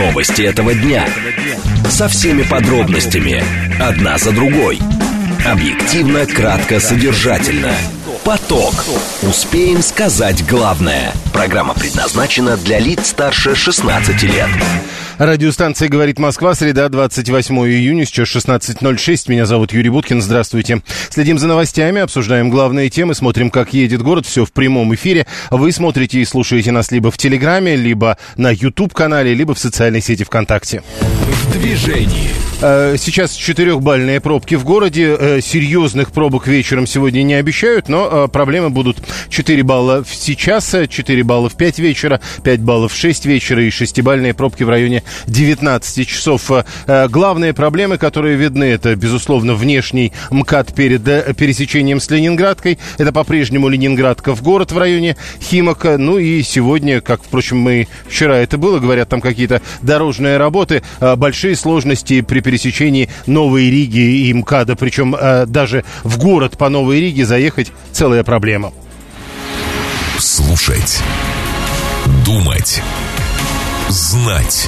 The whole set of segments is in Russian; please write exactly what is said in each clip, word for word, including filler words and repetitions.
Новости этого дня. Со всеми подробностями. Одна за другой. Объективно, кратко, содержательно. Поток. Успеем сказать главное. Программа предназначена для лиц старше шестнадцати лет. Радиостанция «Говорит Москва», среда, двадцать восьмого июня, сейчас шестнадцать ноль шесть. Меня зовут Юрий Буткин, здравствуйте. Следим за новостями, обсуждаем главные темы, смотрим, как едет город, все в прямом эфире. Вы смотрите и слушаете нас либо в Телеграме, либо на YouTube-канале, либо в социальной сети ВКонтакте. В движении. Сейчас четырехбальные пробки в городе. Серьезных пробок вечером сегодня не обещают, но проблемы будут. четыре балла сейчас, четыре балла в пять вечера, пять баллов в шесть вечера и шестибальные пробки в районе девятнадцати часов. Главные проблемы, которые видны, это, безусловно, внешний МКАД перед пересечением с Ленинградкой. Это по-прежнему Ленинградка в город в районе Химок. Ну и сегодня, как, впрочем, мы вчера это было, говорят, там какие-то дорожные работы, большие сложности при пересечении Новой Риги и МКАДа. Причем даже в город по Новой Риге заехать целая проблема. Слушать. Думать. Знать.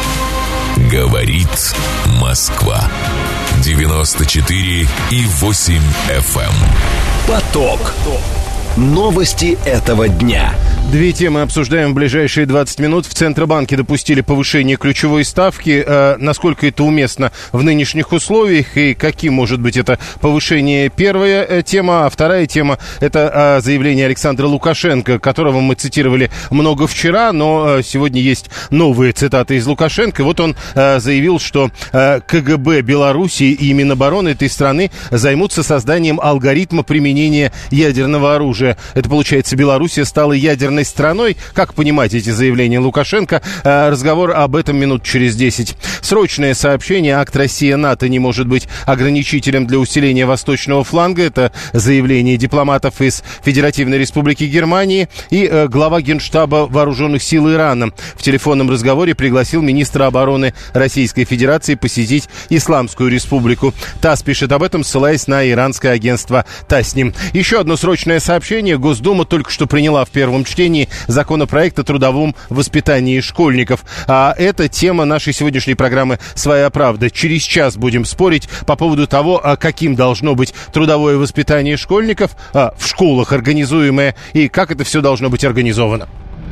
Говорит Москва. девяносто четыре и восемь эф эм. Поток. Новости этого дня. Две темы обсуждаем в ближайшие двадцать минут. В Центробанке допустили повышение ключевой ставки. Э, насколько это уместно в нынешних условиях и каким может быть это повышение? Первая э, тема. А вторая тема – это э, заявление Александра Лукашенко, которого мы цитировали много вчера, но э, сегодня есть новые цитаты из Лукашенко. Вот он э, заявил, что э, ка гэ бэ Белоруссии и Минобороны этой страны займутся созданием алгоритма применения ядерного оружия. Это, получается, Белоруссия стала ядерной страной. Как понимать эти заявления Лукашенко? Разговор об этом минут через десять. Срочное сообщение. Акт Россия-НАТО не может быть ограничителем для усиления восточного фланга. Это заявление дипломатов из Федеративной Республики Германии. И глава Генштаба Вооруженных сил Ирана в телефонном разговоре пригласил министра обороны Российской Федерации посетить Исламскую Республику. ТАСС пишет об этом, ссылаясь на иранское агентство Тасним. Еще одно срочное сообщение. Госдума только что приняла в первом чтении законопроект о трудовом воспитании школьников. А это тема нашей сегодняшней программы «Своя правда». Через час будем спорить по поводу того, каким должно быть трудовое воспитание школьников в школах организуемое и как это все должно быть организовано.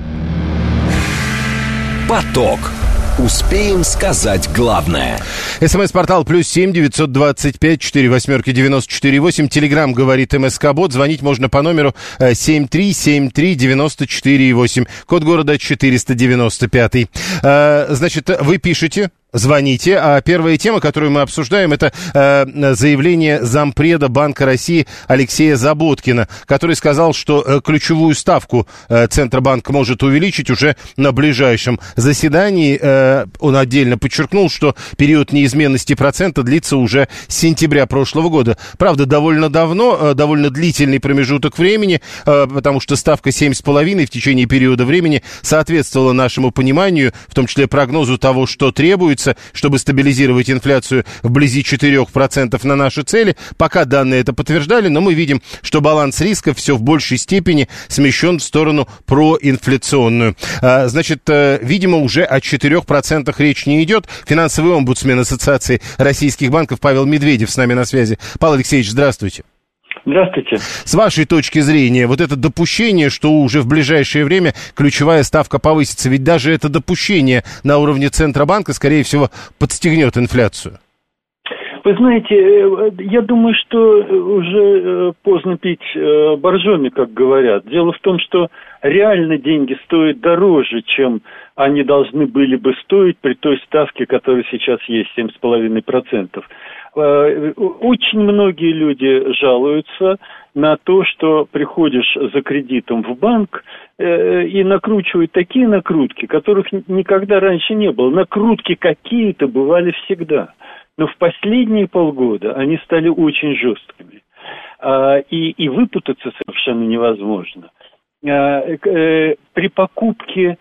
Поток. Успеем сказать главное. СМС-портал плюс семь девятьсот двадцать пять сорок восемь девяносто четыре восемь. Телеграм говорит МСК-бот. Звонить можно по номеру семь три семь три девяносто четыре восемь. Код города четыреста девяносто пять. Значит, вы пишете, звоните. А первая тема, которую мы обсуждаем, это э, заявление зампреда Банка России Алексея Заботкина, который сказал, что э, ключевую ставку э, Центробанк может увеличить уже на ближайшем заседании. Э, он отдельно подчеркнул, что период неизменности процента длится уже с сентября прошлого года. Правда, довольно давно, э, довольно длительный промежуток времени, э, потому что ставка семь с половиной в течение периода времени соответствовала нашему пониманию, в том числе прогнозу того, что требуется, чтобы стабилизировать инфляцию вблизи четырех процентов на наши цели. Пока данные это подтверждали, но мы видим, что баланс рисков все в большей степени смещен в сторону проинфляционную. А, значит, видимо, уже о четырех процентах речь не идет. Финансовый омбудсмен Ассоциации российских банков Павел Медведев с нами на связи. Павел Алексеевич, здравствуйте. Здравствуйте. С вашей точки зрения, вот это допущение, что уже в ближайшее время ключевая ставка повысится, ведь даже это допущение на уровне Центробанка, скорее всего, подстегнет инфляцию. Вы знаете, я думаю, что уже поздно пить боржоми, как говорят. Дело в том, что реально деньги стоят дороже, чем они должны были бы стоить при той ставке, которая сейчас есть, семь с половиной процентов. Очень многие люди жалуются на то, что приходишь за кредитом в банк и накручивают такие накрутки, которых никогда раньше не было. Накрутки какие-то бывали всегда. Но в последние полгода они стали очень жесткими. И, и выпутаться совершенно невозможно. При покупке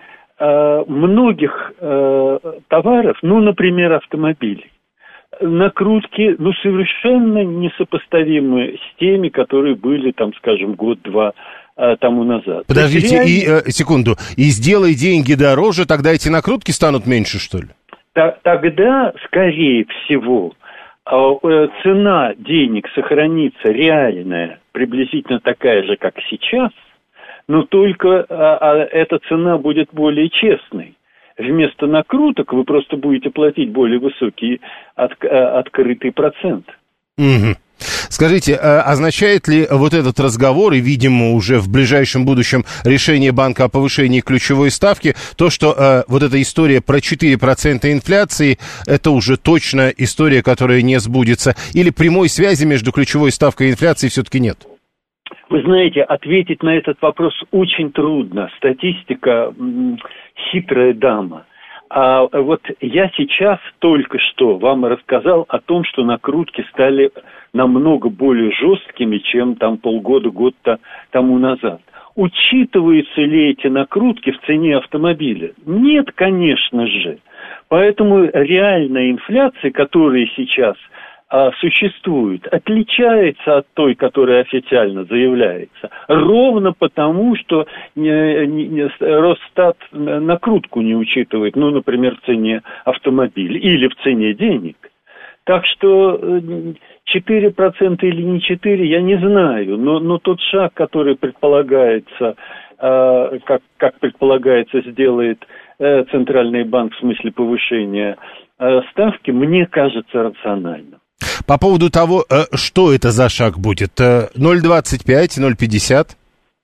многих товаров, ну, например, автомобилей, накрутки, ну, совершенно несопоставимы с теми, которые были, там, скажем, год-два тому назад. Подождите, реально... и э, секунду, и сделай деньги дороже, тогда эти накрутки станут меньше, что ли? Т- тогда, скорее всего, э, цена денег сохранится реальная, приблизительно такая же, как сейчас, но только а, а эта цена будет более честной. Вместо накруток вы просто будете платить более высокий от, открытый процент. Угу. Скажите, означает ли вот этот разговор, и, видимо, уже в ближайшем будущем решение банка о повышении ключевой ставки, то, что э, вот эта история про четыре процента инфляции, это уже точно история, которая не сбудется? Или прямой связи между ключевой ставкой и инфляцией все-таки нет? Вы знаете, ответить на этот вопрос очень трудно. Статистика м- хитрая дама. А вот я сейчас только что вам рассказал о том, что накрутки стали намного более жесткими, чем там полгода-год тому назад. Учитываются ли эти накрутки в цене автомобиля? Нет, конечно же. Поэтому реальная инфляция, которая сейчас а, существует, отличается от той, которая официально заявляется. Ровно потому, что не, не, не, Росстат накрутку не учитывает, ну, например, в цене автомобиля или в цене денег. Так что четыре процента или не четыре процента, я не знаю. Но, но тот шаг, который предполагается, э, как, как предполагается, сделает э, Центральный банк в смысле повышения э, ставки, мне кажется рациональным. По поводу того, э, что это за шаг будет? Э, ноль двадцать пять, ноль пятьдесят?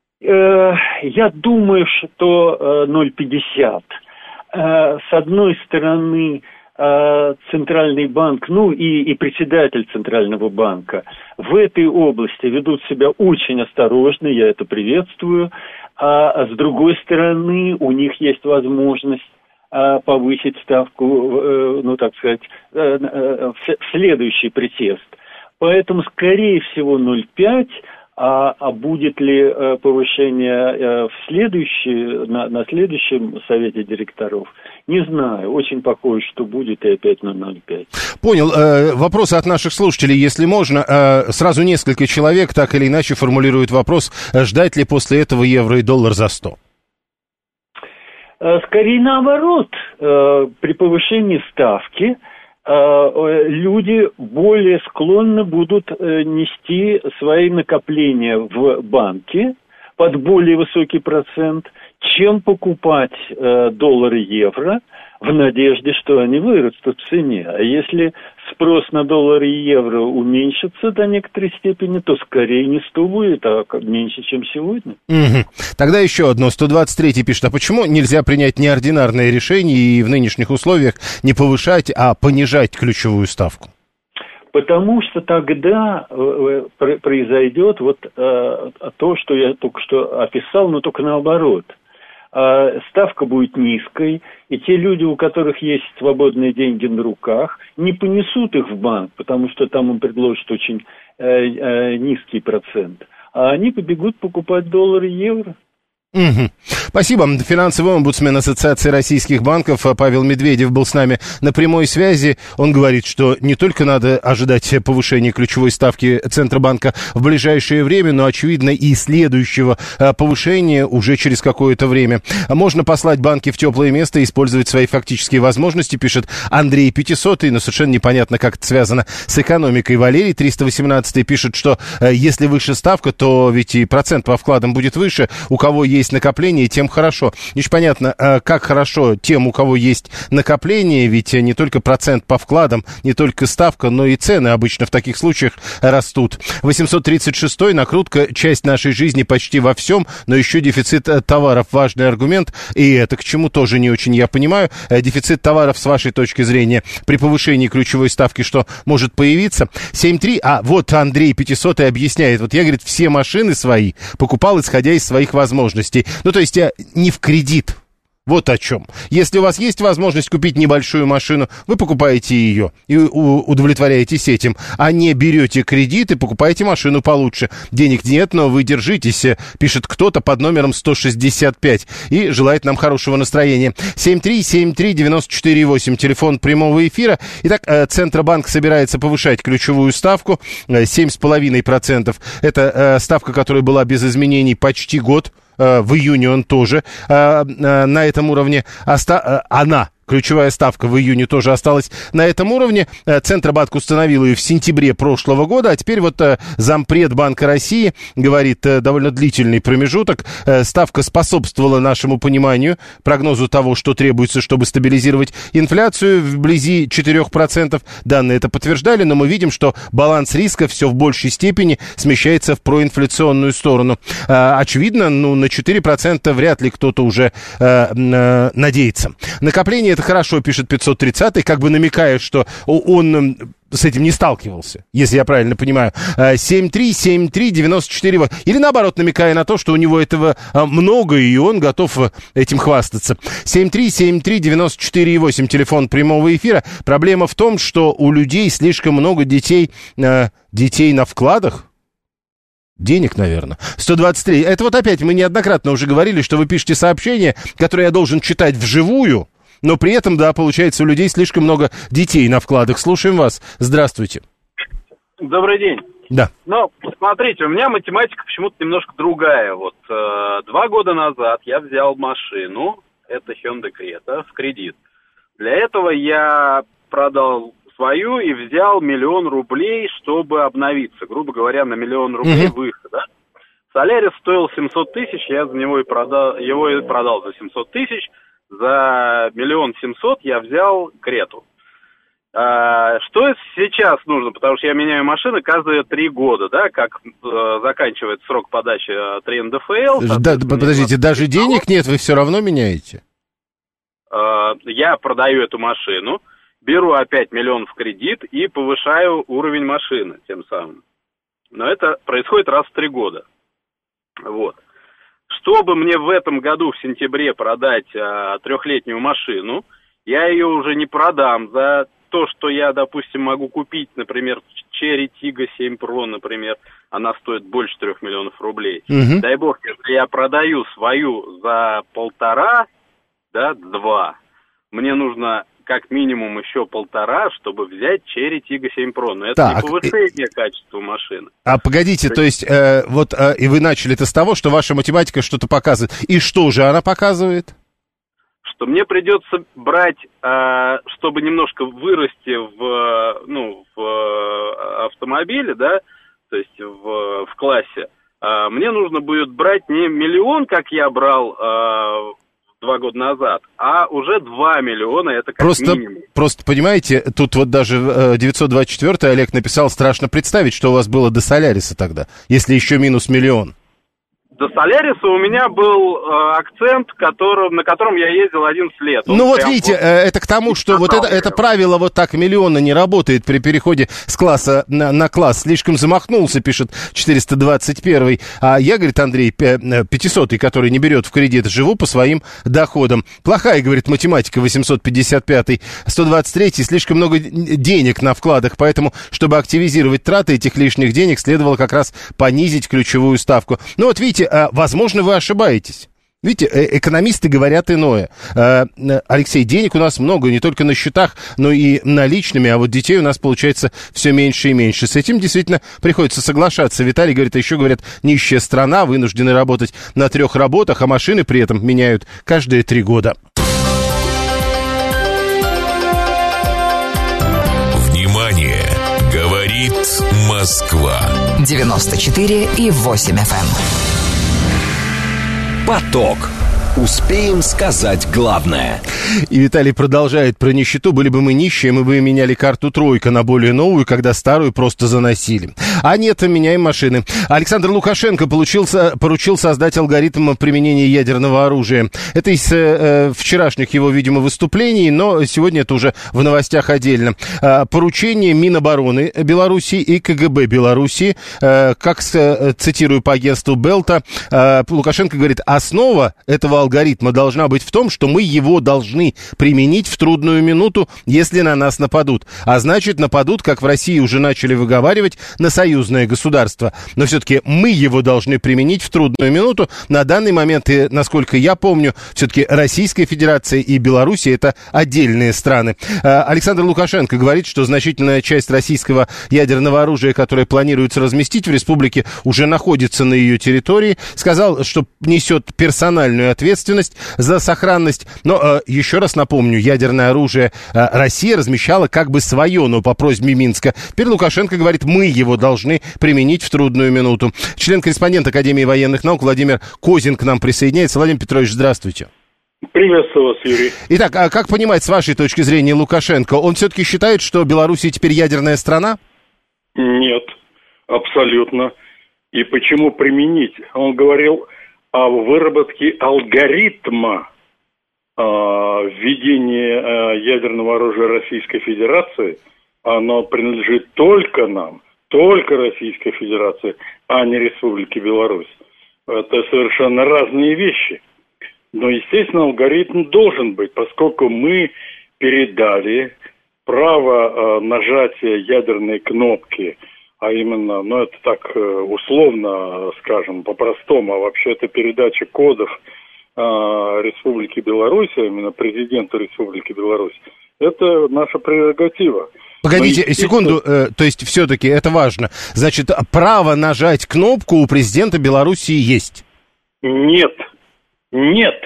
Э, я думаю, что э, ноль пятьдесят. Э, с одной стороны... Центральный банк, ну и, и председатель Центрального банка в этой области ведут себя очень осторожно, я это приветствую, а с другой стороны у них есть возможность а, повысить ставку, э, ну так сказать, э, э, в следующий присест. Поэтому, скорее всего, ноль целых пять десятых. А, а будет ли э, повышение э, в следующий, на, на следующем совете директоров, не знаю. Очень похоже, что будет и опять на ноль целых пять десятых. Понял. Э, вопросы от наших слушателей, если можно. Э, сразу несколько человек так или иначе формулируют вопрос, ждать ли после этого евро и доллар за сто? Э, скорее наоборот. Э, при повышении ставки люди более склонны будут нести свои накопления в банке под более высокий процент, чем покупать доллары и евро в надежде, что они вырастут в цене. А если спрос на доллары и евро уменьшится до некоторой степени, то скорее не сто будет, а меньше, чем сегодня. Угу. Тогда еще одно. сто двадцать третий пишет, а почему нельзя принять неординарное решение и в нынешних условиях не повышать, а понижать ключевую ставку? Потому что тогда произойдет вот то, что я только что описал, но только наоборот. Ставка будет низкой, и те люди, у которых есть свободные деньги на руках, не понесут их в банк, потому что там им предложат очень э, э, низкий процент, а они побегут покупать доллары и евро. Угу. Спасибо. Финансовый омбудсмен Ассоциации российских банков Павел Медведев был с нами на прямой связи. Он говорит, что не только надо ожидать повышения ключевой ставки Центробанка в ближайшее время, но, очевидно, и следующего повышения уже через какое-то время. Можно послать банки в теплое место и использовать свои фактические возможности, пишет Андрей Пятисотый, но совершенно непонятно, как это связано с экономикой. Валерий триста восемнадцатый пишет, что если выше ставка, то ведь и процент по вкладам будет выше. У кого есть есть накопление, тем хорошо. Не очень понятно, как хорошо тем, у кого есть накопление, ведь не только процент по вкладам, не только ставка, но и цены обычно в таких случаях растут. восемьсот тридцать шестой, накрутка, часть нашей жизни почти во всем, но еще дефицит товаров, важный аргумент, и это к чему тоже не очень я понимаю. Дефицит товаров, с вашей точки зрения, при повышении ключевой ставки, что может появиться? семь три, а вот Андрей Пятисотый объясняет, вот я, говорит, все машины свои покупал, исходя из своих возможностей. Ну, то есть не в кредит. Вот о чем. Если у вас есть возможность купить небольшую машину, вы покупаете ее и удовлетворяетесь этим, а не берете кредит и покупаете машину получше. Денег нет, но вы держитесь, пишет кто-то под номером сто шестьдесят пять и желает нам хорошего настроения. семь три семь три девять четыре восемь, телефон прямого эфира. Итак, Центробанк собирается повышать ключевую ставку семь целых пять десятых процента. Это ставка, которая была без изменений почти год. В июне он тоже на этом уровне, оста- она, ключевая ставка в июне тоже осталась на этом уровне. Центробанк установил ее в сентябре прошлого года, а теперь вот зампред Банка России говорит, довольно длительный промежуток, ставка способствовала нашему пониманию, прогнозу того, что требуется, чтобы стабилизировать инфляцию вблизи четырех процентов. Данные это подтверждали, но мы видим, что баланс риска все в большей степени смещается в проинфляционную сторону. Очевидно, ну, на четыре процента вряд ли кто-то уже надеется. Накопление это хорошо, пишет пятьсот тридцатый, как бы намекая, что он с этим не сталкивался, если я правильно понимаю. семь три семь три девять четыре восемь. Или наоборот, намекая на то, что у него этого много, и он готов этим хвастаться. семь три семь три девять четыре восемь, телефон прямого эфира. Проблема в том, что у людей слишком много детей, детей на вкладах. Денег, наверное. сто двадцать три. Это вот опять мы неоднократно уже говорили, что вы пишете сообщения, которые я должен читать вживую, но при этом, да, получается, у людей слишком много детей на вкладах. Слушаем вас. Здравствуйте. Добрый день. Да. Ну, смотрите, у меня математика почему-то немножко другая. Вот э, два года назад я взял машину, это Hyundai Creta, в кредит. Для этого я продал свою и взял миллион рублей, чтобы обновиться. Грубо говоря, на миллион рублей Угу. выход, да? Солярис стоил семьсот тысяч, я за него и продал, его и продал за семьсот тысяч. За миллион семьсот я взял Крету. А, что сейчас нужно? Потому что я меняю машины каждые три года, да, как э, заканчивается срок подачи три эн дэ эф эл. Да, подождите, даже денег нет, вы все равно меняете? Э, я продаю эту машину, беру опять миллион в кредит и повышаю уровень машины тем самым. Но это происходит раз в три года. Вот. Чтобы мне в этом году, в сентябре, продать а, трехлетнюю машину, я ее уже не продам за то, что я, допустим, могу купить, например, Cherry Tiggo семь Pro, например, она стоит больше трех миллионов рублей. Угу. Дай бог, если я продаю свою за полтора, да, два, мне нужно как минимум еще полтора, чтобы взять Cherry Tiggo семь Pro. Но это так, не повышение и... качества машины. А погодите, то есть, э, вот, э, и вы начали это с того, что ваша математика что-то показывает. И что же она показывает? Что мне придется брать, э, чтобы немножко вырасти в, ну, в автомобиле, да, то есть в, в классе, э, мне нужно будет брать не миллион, как я брал э, два года назад, а уже два миллиона, это как просто, минимум. Просто, понимаете, тут вот даже э, девятьсот двадцать четыре Олег написал, страшно представить, что у вас было до Соляриса тогда, если еще минус миллион. До Соляриса у меня был э, акцент, который, на котором я ездил одиннадцать лет. Он ну вот прям видите, вот... э, это к тому, что вот это, это правило вот так миллиона не работает при переходе с класса на, на класс. Слишком замахнулся, пишет четыреста двадцать первый. А я, говорит Андрей, пятисотый, который не берет в кредит, живу по своим доходам. Плохая, говорит, математика, восемьсот пятьдесят пятый. сто двадцать третий, слишком много денег на вкладах, поэтому, чтобы активизировать траты этих лишних денег, следовало как раз понизить ключевую ставку. Ну вот видите, возможно, вы ошибаетесь. Видите, экономисты говорят иное. Алексей, денег у нас много, не только на счетах, но и наличными, а вот детей у нас получается все меньше и меньше. С этим действительно приходится соглашаться. Виталий говорит, а еще говорят, нищая страна, вынуждены работать на трех работах, а машины при этом меняют каждые три года. Внимание! Говорит Москва. девяносто четыре и восемь эф эм. Поток. Успеем сказать главное. И Виталий продолжает про нищету. Были бы мы нищие, мы бы меняли карту «тройка» на более новую, когда старую просто заносили. А нет, меняем машины. Александр Лукашенко получился, поручил создать алгоритм применения ядерного оружия. Это из э, вчерашних его, видимо, выступлений, но сегодня это уже в новостях отдельно. Э, поручение Минобороны Беларуси и ка гэ бэ Беларуси. Э, как, э, цитирую по агентству Белта, э, Лукашенко говорит, основа этого алгоритма алгоритма должна быть в том, что мы его должны применить в трудную минуту, если на нас нападут. А значит, нападут, как в России уже начали выговаривать, на союзное государство. Но все-таки мы его должны применить в трудную минуту. На данный момент, и, насколько я помню, все-таки Российская Федерация и Белоруссия — это отдельные страны. Александр Лукашенко говорит, что значительная часть российского ядерного оружия, которое планируется разместить в республике, уже находится на ее территории. Сказал, что несет персональную ответственность за сохранность. Но еще раз напомню, ядерное оружие Россия размещала как бы свое, но по просьбе Минска. Теперь Лукашенко говорит, мы его должны применить в трудную минуту. Член-корреспондент Академии военных наук Владимир Козин к нам присоединяется. Владимир Петрович, здравствуйте. Приветствую вас, Юрий. Итак, а как понимать с вашей точки зрения Лукашенко? Он все-таки считает, что Белоруссия теперь ядерная страна? Нет, абсолютно. И почему применить? Он говорил о выработке алгоритма э, введения э, ядерного оружия Российской Федерации. Оно принадлежит только нам, только Российской Федерации, а не Республике Беларусь. Это совершенно разные вещи. Но, естественно, алгоритм должен быть, поскольку мы передали право э, нажатия ядерной кнопки, а именно, ну это так э, условно, скажем, по-простому, а вообще это передача кодов э, Республики Беларусь, а именно президенту Республики Беларусь, это наша прерогатива. Погодите, Но, секунду, э, то есть все-таки это важно. Значит, право нажать кнопку у президента Белоруссии есть? Нет. Нет,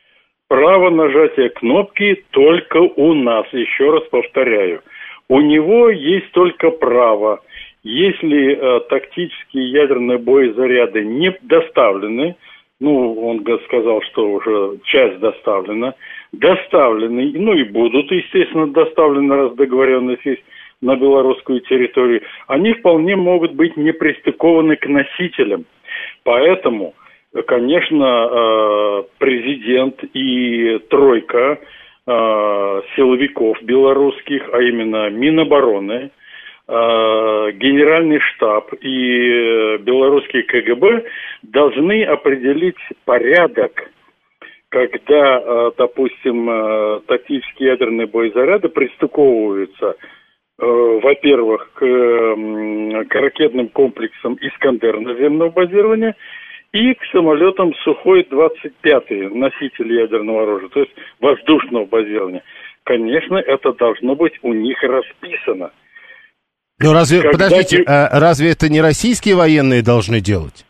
право нажатия кнопки только у нас, еще раз повторяю. У него есть только право, если э, тактические ядерные боезаряды не доставлены, ну, он сказал, что уже часть доставлена, доставлены, ну и будут, естественно, доставлены, раз договоренность есть, на белорусскую территорию, они вполне могут быть не пристыкованы к носителям. Поэтому... Конечно, президент и тройка силовиков белорусских, а именно Минобороны, Генеральный штаб и белорусский ка гэ бэ должны определить порядок, когда, допустим, тактические ядерные боезаряды пристыковываются, во-первых, к, к ракетным комплексам «Искандер» наземного базирования, и к самолетам Сухой-двадцать пятый, носитель ядерного оружия, то есть воздушного базирования. Конечно, это должно быть у них расписано. Но разве, Когда подождите, ты... а разве это не российские военные должны делать?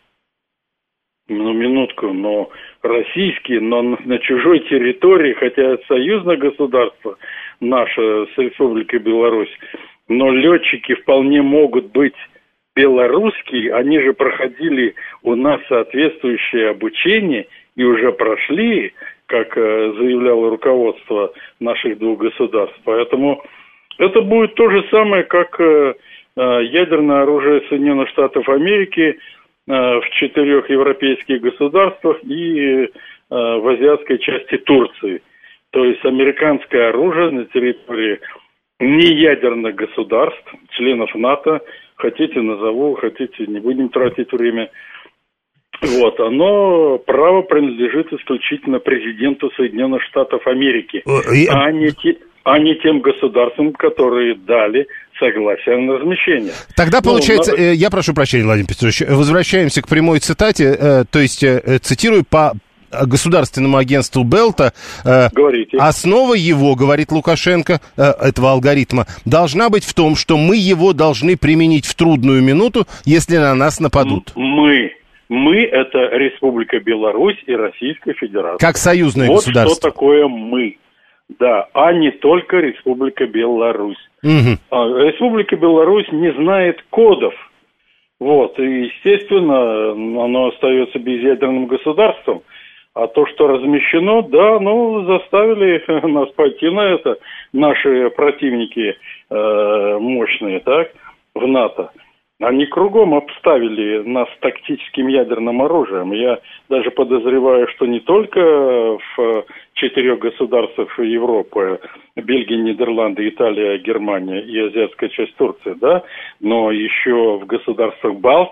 Ну, минутку, но российские, но на чужой территории, хотя это союзное государство наше с Республикой Беларусь, но летчики вполне могут быть белорусские, они же проходили у нас соответствующее обучение и уже прошли, как э, заявляло руководство наших двух государств. Поэтому это будет то же самое, как э, ядерное оружие Соединенных Штатов Америки э, в четырех европейских государствах и э, в азиатской части Турции. То есть американское оружие на территории неядерных государств, членов НАТО, хотите назову, хотите не будем тратить время. Вот, оно, право принадлежит исключительно президенту Соединенных Штатов Америки, Я... а, не те, а не тем государствам, которые дали согласие на размещение. Тогда, ну, получается, на... я прошу прощения, Владимир Петрович, возвращаемся к прямой цитате, то есть, цитирую, по государственному агентству Белта, э, основа его, говорит Лукашенко, э, этого алгоритма, должна быть в том, что мы его должны применить в трудную минуту, если на нас нападут. Мы. Мы — это Республика Беларусь и Российская Федерация. Как союзное вот государство. Вот что такое мы. Да, а не только Республика Беларусь. Угу. Республика Беларусь не знает кодов. Вот, и, естественно, оно остается безъядерным государством. А то, что размещено, да, ну, заставили нас пойти на это наши противники э, мощные, так, в НАТО. Они кругом обставили нас тактическим ядерным оружием. Я даже подозреваю, что не только в четырех государствах Европы, Бельгия, Нидерланды, Италия, Германия и азиатская часть Турции, да, но еще в государствах Балтии,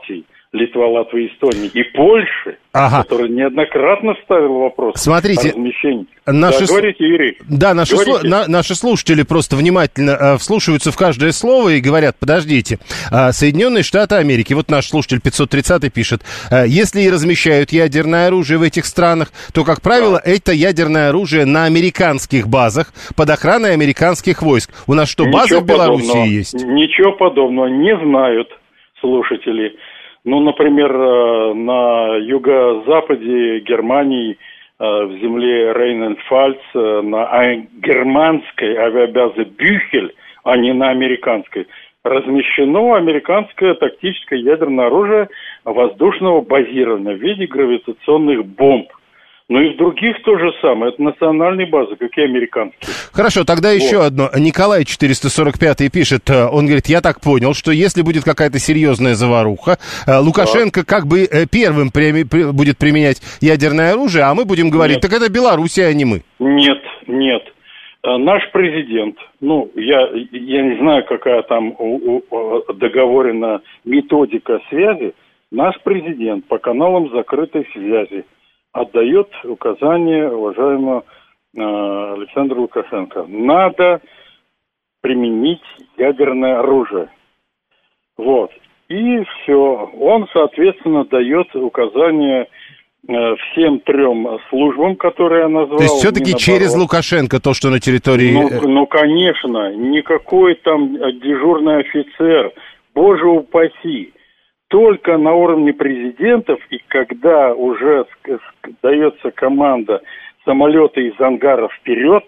Литва, Латвия, Эстония и Польши, ага. которая неоднократно ставила вопрос Смотрите, о размещении. Наши... Да, говорите, Юрий. Да, наши, слу... на... наши слушатели просто внимательно э, вслушиваются в каждое слово и говорят, подождите, э, Соединенные Штаты Америки, вот наш слушатель пятьсот тридцатый пишет, э, если и размещают ядерное оружие в этих странах, то, как правило, да. это ядерное оружие на американских базах под охраной американских войск. У нас что, базы Ничего в Белоруссии подобного. есть? Ничего подобного не знают слушатели. Ну, например, на юго-западе Германии, в земле Рейн-энд-Пфальц, на германской авиабазе Бюхель, а не на американской, размещено американское тактическое ядерное оружие воздушного базирования в виде гравитационных бомб. Ну и в других то же самое. Это национальные базы, как и американские. Хорошо, тогда вот. еще одно. Николай четыреста сорок пятый пишет, он говорит, я так понял, что если будет какая-то серьезная заваруха, Лукашенко да. как бы первым при, при, будет применять ядерное оружие, а мы будем говорить, нет. так это Белоруссия, а не мы. Нет, нет. Наш президент, ну, я, я не знаю, какая там у, у, договорена методика связи, наш президент по каналам закрытой связи отдает указание уважаемому э, Александру Лукашенко. Надо применить ядерное оружие. Вот. И все. Он, соответственно, дает указание э, всем трем службам, которые я назвал. То есть все-таки через Лукашенко то, что на территории... Ну, ну, конечно. Никакой там дежурный офицер. Боже упаси. Только на уровне президентов, и когда уже дается команда самолета из ангара вперед,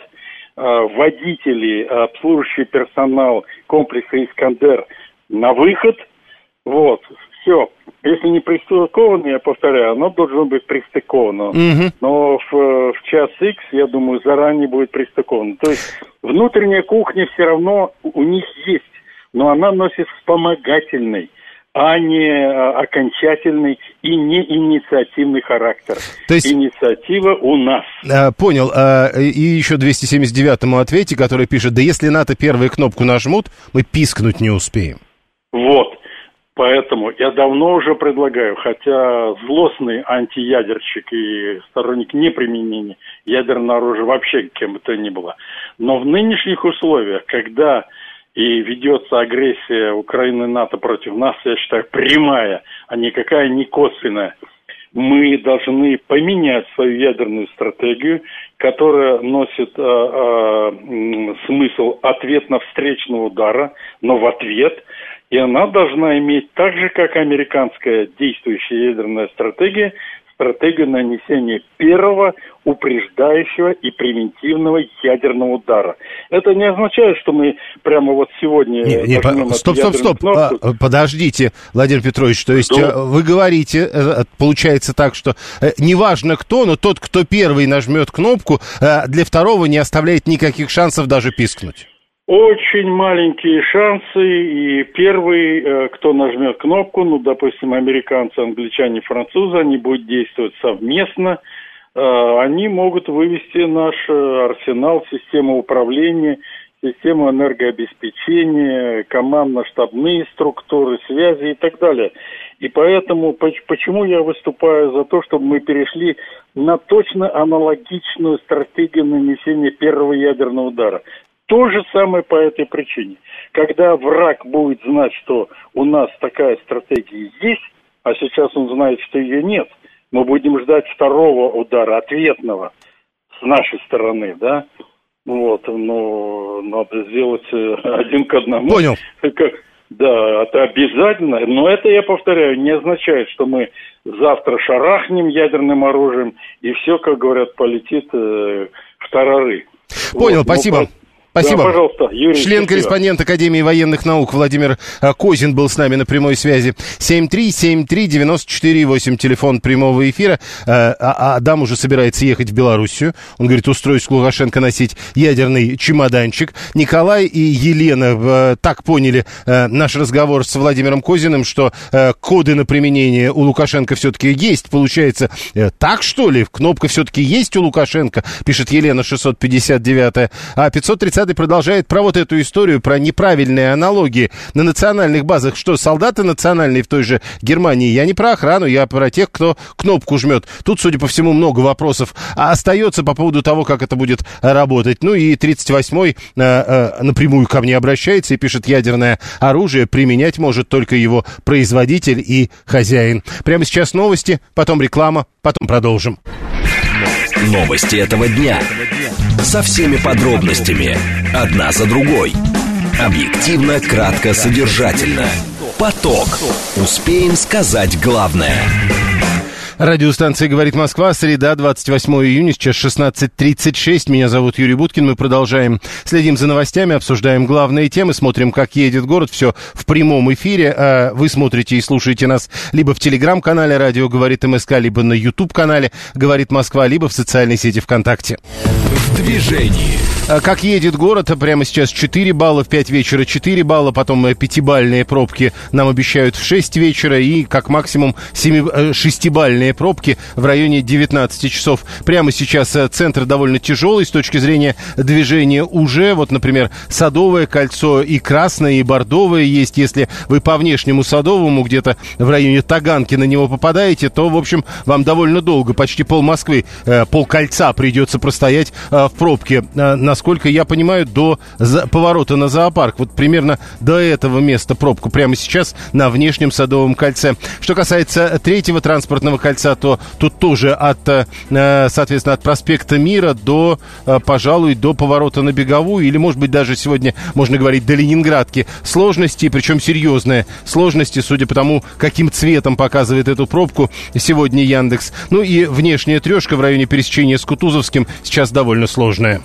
водители, обслуживающий персонал комплекса «Искандер» на выход, вот, все. Если не пристыковано, я повторяю, оно должно быть пристыковано. Угу. Но в, в час X, я думаю, заранее будет пристыковано. То есть внутренняя кухня все равно у них есть, но она носит вспомогательный, а не окончательный и не инициативный характер. То есть... Инициатива у нас. А, понял. А, и еще двести семьдесят девятому ответе, который пишет, да если НАТО первую кнопку нажмут, мы пискнуть не успеем. Вот. Поэтому я давно уже предлагаю, хотя злостный антиядерщик и сторонник неприменения ядерного оружия вообще кем бы то ни было, но в нынешних условиях, когда и ведется агрессия Украины и НАТО против нас, я считаю, прямая, а никакая не косвенная. Мы должны поменять свою ядерную стратегию, которая носит э, э, смысл ответно-встречного удара, но в ответ. И она должна иметь так же, как американская действующая ядерная стратегия, стратегию нанесения первого упреждающего и превентивного ядерного удара. Это не означает, что мы прямо вот сегодня... Не, не, по... Стоп, стоп, стоп, а, подождите, Владимир Петрович, то есть да. вы говорите, получается так, что неважно кто, но тот, кто первый нажмет кнопку, для второго не оставляет никаких шансов даже пискнуть. Очень маленькие шансы, и первый, кто нажмет кнопку, ну, допустим, американцы, англичане, французы, они будут действовать совместно, они могут вывести наш арсенал, систему управления, систему энергообеспечения, командно-штабные структуры, связи и так далее. И поэтому, почему я выступаю за то, чтобы мы перешли на точно аналогичную стратегию нанесения первого ядерного удара. То же самое по этой причине. Когда враг будет знать, что у нас такая стратегия есть, а сейчас он знает, что ее нет, мы будем ждать второго удара, ответного, с нашей стороны, да? Вот, но надо сделать один к одному. Понял. Да, это обязательно, но это, я повторяю, не означает, что мы завтра шарахнем ядерным оружием, и все, как говорят, полетит э, в тарары. Понял, вот, спасибо. Ну, Спасибо. Да, пожалуйста, Юрий. Член-корреспондент Академии военных наук Владимир Козин был с нами на прямой связи. семь три семь три девять четыре восемь, телефон прямого эфира. А Адам уже собирается ехать в Белоруссию. Он говорит, устроюсь к Лукашенко носить ядерный чемоданчик. Николай и Елена так поняли наш разговор с Владимиром Козиным, что коды на применение у Лукашенко все-таки есть. Получается, так что ли? Кнопка все-таки есть у Лукашенко, пишет Елена шестьсот пятьдесят девять. А пятьсот тридцать тридцатый продолжает про вот эту историю, про неправильные аналогии на национальных базах. Что, солдаты национальные в той же Германии? Я не про охрану, я про тех, кто кнопку жмет. Тут, судя по всему, много вопросов остается по поводу того, как это будет работать. Ну и тридцать восьмой э, э, напрямую ко мне обращается и пишет: ядерное оружие применять может только его производитель и хозяин. Прямо сейчас новости, потом реклама, потом продолжим. Новости этого дня. Со всеми подробностями. Одна за другой. Объективно, кратко, содержательно. Поток. Успеем сказать главное. Радиостанция «Говорит Москва», среда, двадцать восьмого июня, сейчас шестнадцать тридцать шесть. Меня зовут Юрий Буткин. Мы продолжаем. Следим за новостями, обсуждаем главные темы, смотрим, как едет город. Все в прямом эфире. Вы смотрите и слушаете нас либо в телеграм-канале «Радио Говорит МСК», либо на ютуб-канале «Говорит Москва», либо в социальной сети ВКонтакте. В движении. Как едет город, прямо сейчас четыре балла, в пять вечера четыре балла, потом пятибалльные пробки нам обещают в шесть вечера и как максимум семи, шестибалльные пробки в районе девятнадцати часов. Прямо сейчас центр довольно тяжелый с точки зрения движения уже. Вот, например, Садовое кольцо и Красное, и Бордовое есть. Если вы по внешнему Садовому где-то в районе Таганки на него попадаете, то, в общем, вам довольно долго, почти пол Москвы, пол кольца придется простоять в пробке. Насколько я понимаю, до поворота на зоопарк. Вот примерно до этого места пробку прямо сейчас на внешнем Садовом кольце. Что касается третьего транспортного кольца, то тут тоже от, соответственно, от проспекта Мира до, пожалуй, до поворота на Беговую, или, может быть, даже сегодня можно говорить до Ленинградки. Сложности, причем серьезные сложности, судя по тому, каким цветом показывает эту пробку сегодня Яндекс. Ну и внешняя трешка в районе пересечения с Кутузовским сейчас довольно сложная.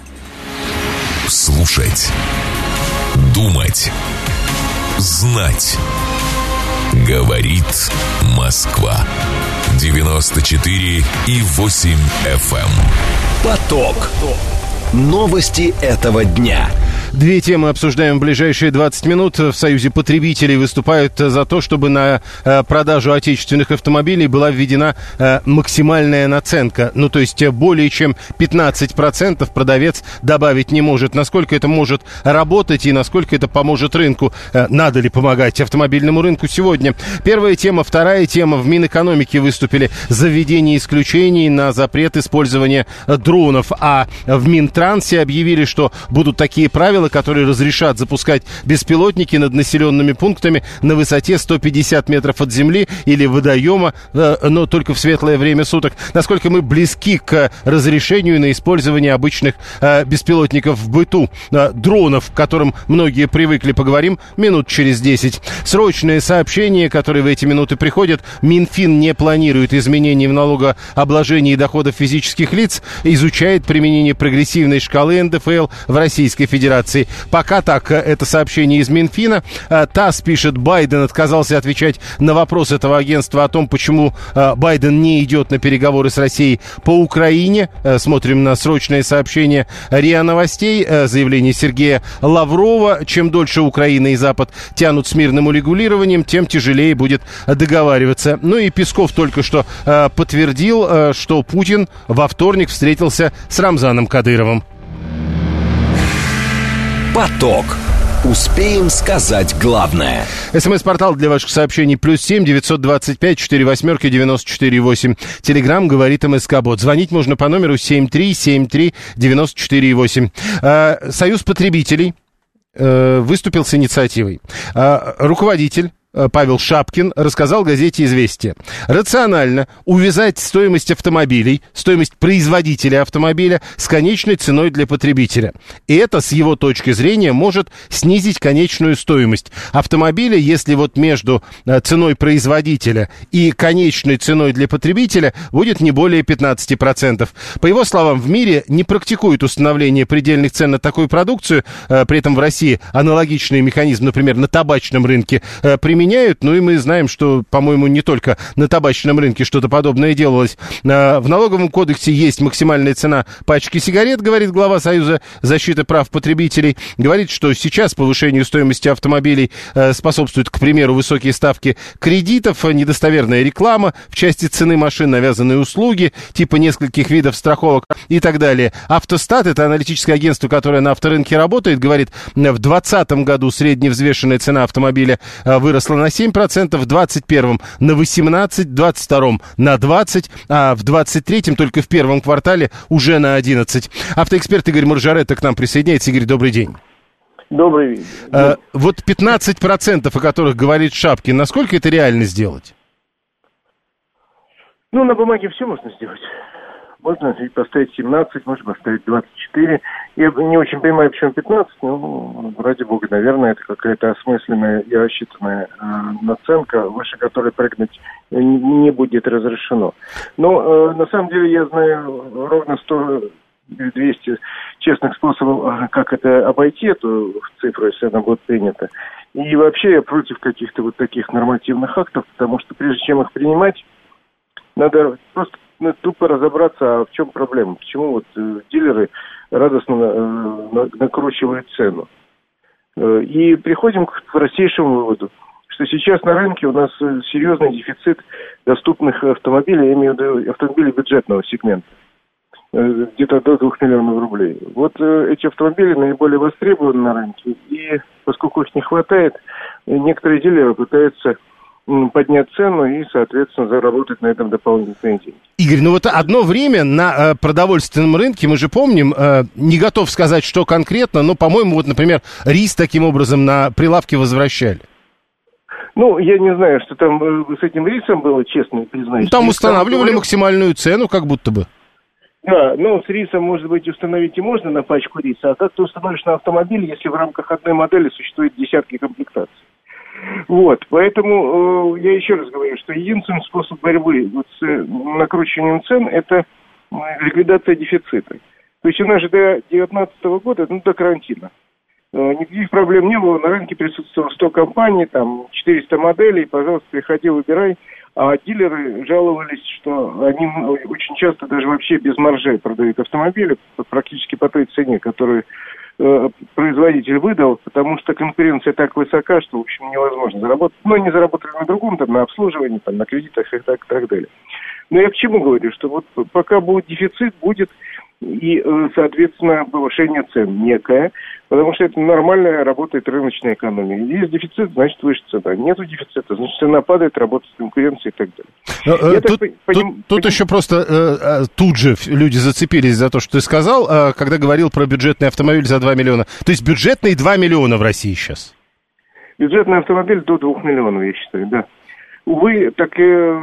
Слушать, думать, знать. Говорит Москва. девяносто четыре и восемь эф эм. Поток. Новости этого дня. Две темы обсуждаем в ближайшие двадцать минут. В Союзе потребителей выступают за то, чтобы на продажу отечественных автомобилей была введена максимальная наценка. Ну, то есть более чем пятнадцать процентов продавец добавить не может. Насколько это может работать и насколько это поможет рынку? Надо ли помогать автомобильному рынку сегодня? Первая тема. Вторая тема. В Минэкономике выступили за введение исключений на запрет использования дронов. А в Минтрансе объявили, что будут такие правила, которые разрешат запускать беспилотники над населенными пунктами на высоте сто пятьдесят метров от земли или водоема, но только в светлое время суток. Насколько мы близки к разрешению на использование обычных беспилотников в быту, дронов, к которым многие привыкли, поговорим минут через десять. Срочное сообщение, которое в эти минуты приходят. Минфин не планирует изменений в налогообложении доходов физических лиц, изучает применение прогрессивной шкалы эн дэ эф эл в Российской Федерации. Пока так, это сообщение из Минфина. ТАСС пишет: Байден отказался отвечать на вопрос этого агентства о том, почему Байден не идет на переговоры с Россией по Украине. Смотрим на срочное сообщение РИА Новостей. Заявление Сергея Лаврова: чем дольше Украина и Запад тянут с мирным урегулированием, тем тяжелее будет договариваться. Ну и Песков только что подтвердил, что Путин во вторник встретился с Рамзаном Кадыровым. Поток. Успеем сказать главное. СМС-портал для ваших сообщений плюс семь девятьсот двадцать пять четыре восьмерки девяносто четыре восемь. Телеграм говорит МСК-бот. Звонить можно по номеру семь три семь три девяносто четыре восемь. Союз потребителей выступил с инициативой. Руководитель Павел Шапкин рассказал газете «Известия». Рационально увязать стоимость автомобилей, стоимость производителя автомобиля с конечной ценой для потребителя. И это, с его точки зрения, может снизить конечную стоимость автомобиля, если вот между ценой производителя и конечной ценой для потребителя будет не более пятнадцать процентов. По его словам, в мире не практикуют установление предельных цен на такую продукцию. При этом в России аналогичный механизм, например, на табачном рынке применяется. меняют. Ну и мы знаем, что, по-моему, не только на табачном рынке что-то подобное делалось. В налоговом кодексе есть максимальная цена пачки сигарет, говорит глава Союза защиты прав потребителей. Говорит, что сейчас повышению стоимости автомобилей способствуют, к примеру, высокие ставки кредитов, недостоверная реклама в части цены машин, навязанные услуги, типа нескольких видов страховок и так далее. Автостат, это аналитическое агентство, которое на авторынке работает, говорит, в двадцатом году средневзвешенная цена автомобиля выросла на семь процентов, в двадцать первом на восемнадцать процентов, в двадцать втором на двадцать процентов, а в двадцать третьем только в первом квартале уже на одиннадцать процентов. Автоэксперт Игорь Маржаретто к нам присоединяется. Игорь, добрый день. Добрый день. А, вот пятнадцать процентов, о которых говорит Шапкин, насколько это реально сделать? Ну, на бумаге все можно сделать. Можно поставить семнадцать, можно поставить двадцать четыре. Я не очень понимаю, почему пятнадцать, но, ради бога, наверное, это какая-то осмысленная и рассчитанная э, наценка, выше которой прыгнуть не будет разрешено. Но, э, на самом деле, я знаю ровно сто двести честных способов, как это обойти, эту цифру, если она будет принята. И вообще я против каких-то вот таких нормативных актов, потому что прежде чем их принимать, надо просто ну, тупо разобраться, а в чем проблема. Почему вот э, дилеры радостно э, накручивают цену. Э, и приходим к простейшему выводу, что сейчас на рынке у нас серьезный дефицит доступных автомобилей, я имею в виду автомобилей бюджетного сегмента, э, где-то до двух миллионов рублей. Вот э, эти автомобили наиболее востребованы на рынке, и поскольку их не хватает, некоторые дилеры пытаются поднять цену и, соответственно, заработать на этом дополнительные деньги. Игорь, ну вот одно время на э, продовольственном рынке, мы же помним, э, не готов сказать, что конкретно, но, по-моему, вот, например, рис таким образом на прилавке возвращали. Ну, я не знаю, что там э, с этим рисом было, честно признаюсь. Ну, там устанавливали там максимальную цену, как будто бы. Да, ну, с рисом, может быть, установить и можно на пачку риса, а как ты установишь на автомобиль, если в рамках одной модели существует десятки комплектаций? Вот, поэтому э, я еще раз говорю, что единственный способ борьбы вот с э, накручиванием цен – это э, ликвидация дефицита. То есть у нас же до две тысячи девятнадцатого года, ну, до карантина, э, никаких проблем не было, на рынке присутствовало сто компаний, там, четыреста моделей, пожалуйста, приходи, выбирай. А дилеры жаловались, что они очень часто даже вообще без маржи продают автомобили, практически по той цене, которую производитель выдал, потому что конкуренция так высока, что, в общем, невозможно заработать. Ну, они заработали на другом, там, на обслуживании, там, на кредитах и так, и так далее. Но я к чему говорю, что вот пока будет дефицит, будет и, соответственно, повышение цен некое, потому что это нормально работает рыночная экономия. Есть дефицит, значит, выше цена. Нету дефицита, значит, цена падает, работает конкуренция и так далее. Тут, так, тут, поним... тут еще просто э, тут же люди зацепились за то, что ты сказал, э, когда говорил про бюджетный автомобиль за два миллиона. То есть бюджетный два миллиона в России сейчас? Бюджетный автомобиль до двух миллионов, я считаю, да. Увы, так,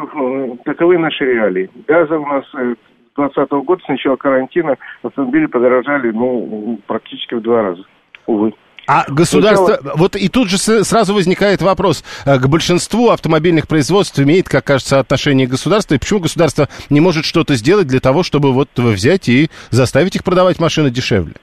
э, таковы наши реалии. Газа у нас... Э, с двадцатого года, с начала карантина, автомобили подорожали, ну, практически в два раза, увы. А государство... Сначала... Вот и тут же сразу возникает вопрос. К большинству автомобильных производств имеет, как кажется, отношение государства. И почему государство не может что-то сделать для того, чтобы вот взять и заставить их продавать машины дешевле?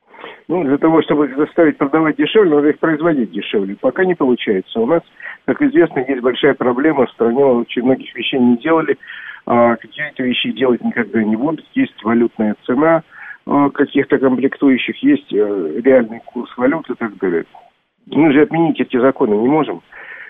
Ну, для того, чтобы их заставить продавать дешевле, надо их производить дешевле. Пока не получается. У нас, как известно, есть большая проблема. В стране очень многих вещей не делали. А какие-то вещи делать никогда не будут. Есть валютная цена каких-то комплектующих, есть реальный курс валют и так далее. Мы же отменить эти законы не можем.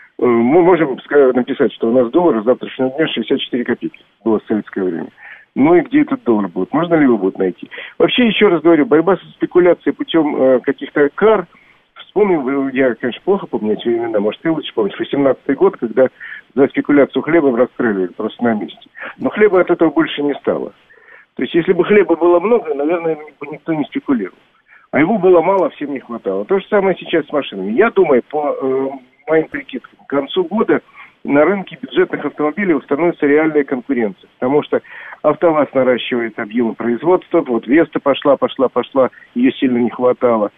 Мы можем написать, что у нас доллар с завтрашнего дня шестьдесят четыре копейки. Было в советское время. Ну и где этот доллар будет? Можно ли его будет найти? Вообще, еще раз говорю, борьба со спекуляцией путем каких-то кар. Вспомнил, я, конечно, плохо помню эти времена, может, ты лучше помнишь, восемнадцатый год, когда за спекуляцию хлебом расстреливали просто на месте. Но хлеба от этого больше не стало. То есть, если бы хлеба было много, наверное, никто не спекулировал. А его было мало, всем не хватало. То же самое сейчас с машинами. Я думаю, по э, моим прикидкам, к концу года на рынке бюджетных автомобилей установится реальная конкуренция. Потому что АвтоВАЗ наращивает объемы производства, вот Веста пошла, пошла, пошла, ее сильно не хватало.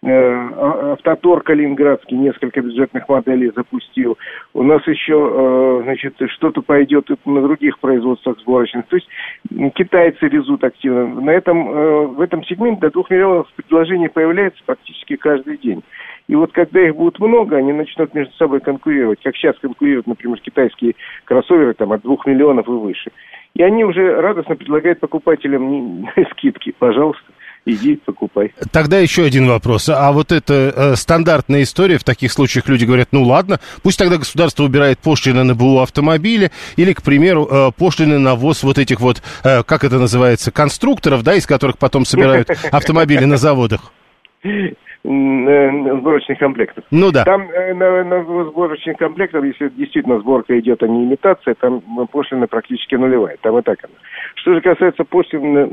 Автотор Калининградский несколько бюджетных моделей запустил. У нас еще, значит, что-то пойдет на других производствах сборочных. То есть китайцы резут активно. На этом, в этом сегменте до двух миллионов предложений появляется практически каждый день. И вот когда их будет много, они начнут между собой конкурировать, как сейчас конкурируют, например, китайские кроссоверы там, от двух миллионов и выше. И они уже радостно предлагают покупателям скидки. Пожалуйста, иди, покупай. Тогда еще один вопрос. А вот это э, стандартная история, в таких случаях люди говорят, ну ладно, пусть тогда государство убирает пошлины на БУ автомобиля или, к примеру, э, пошлины на ввоз вот этих вот, э, как это называется, конструкторов, да, из которых потом собирают автомобили на заводах. Сборочных комплектов. Ну да. Там э, на, на сборочных комплектах, если действительно сборка идет, а не имитация, там пошлина практически нулевая. Там и так она. Что же касается пошлин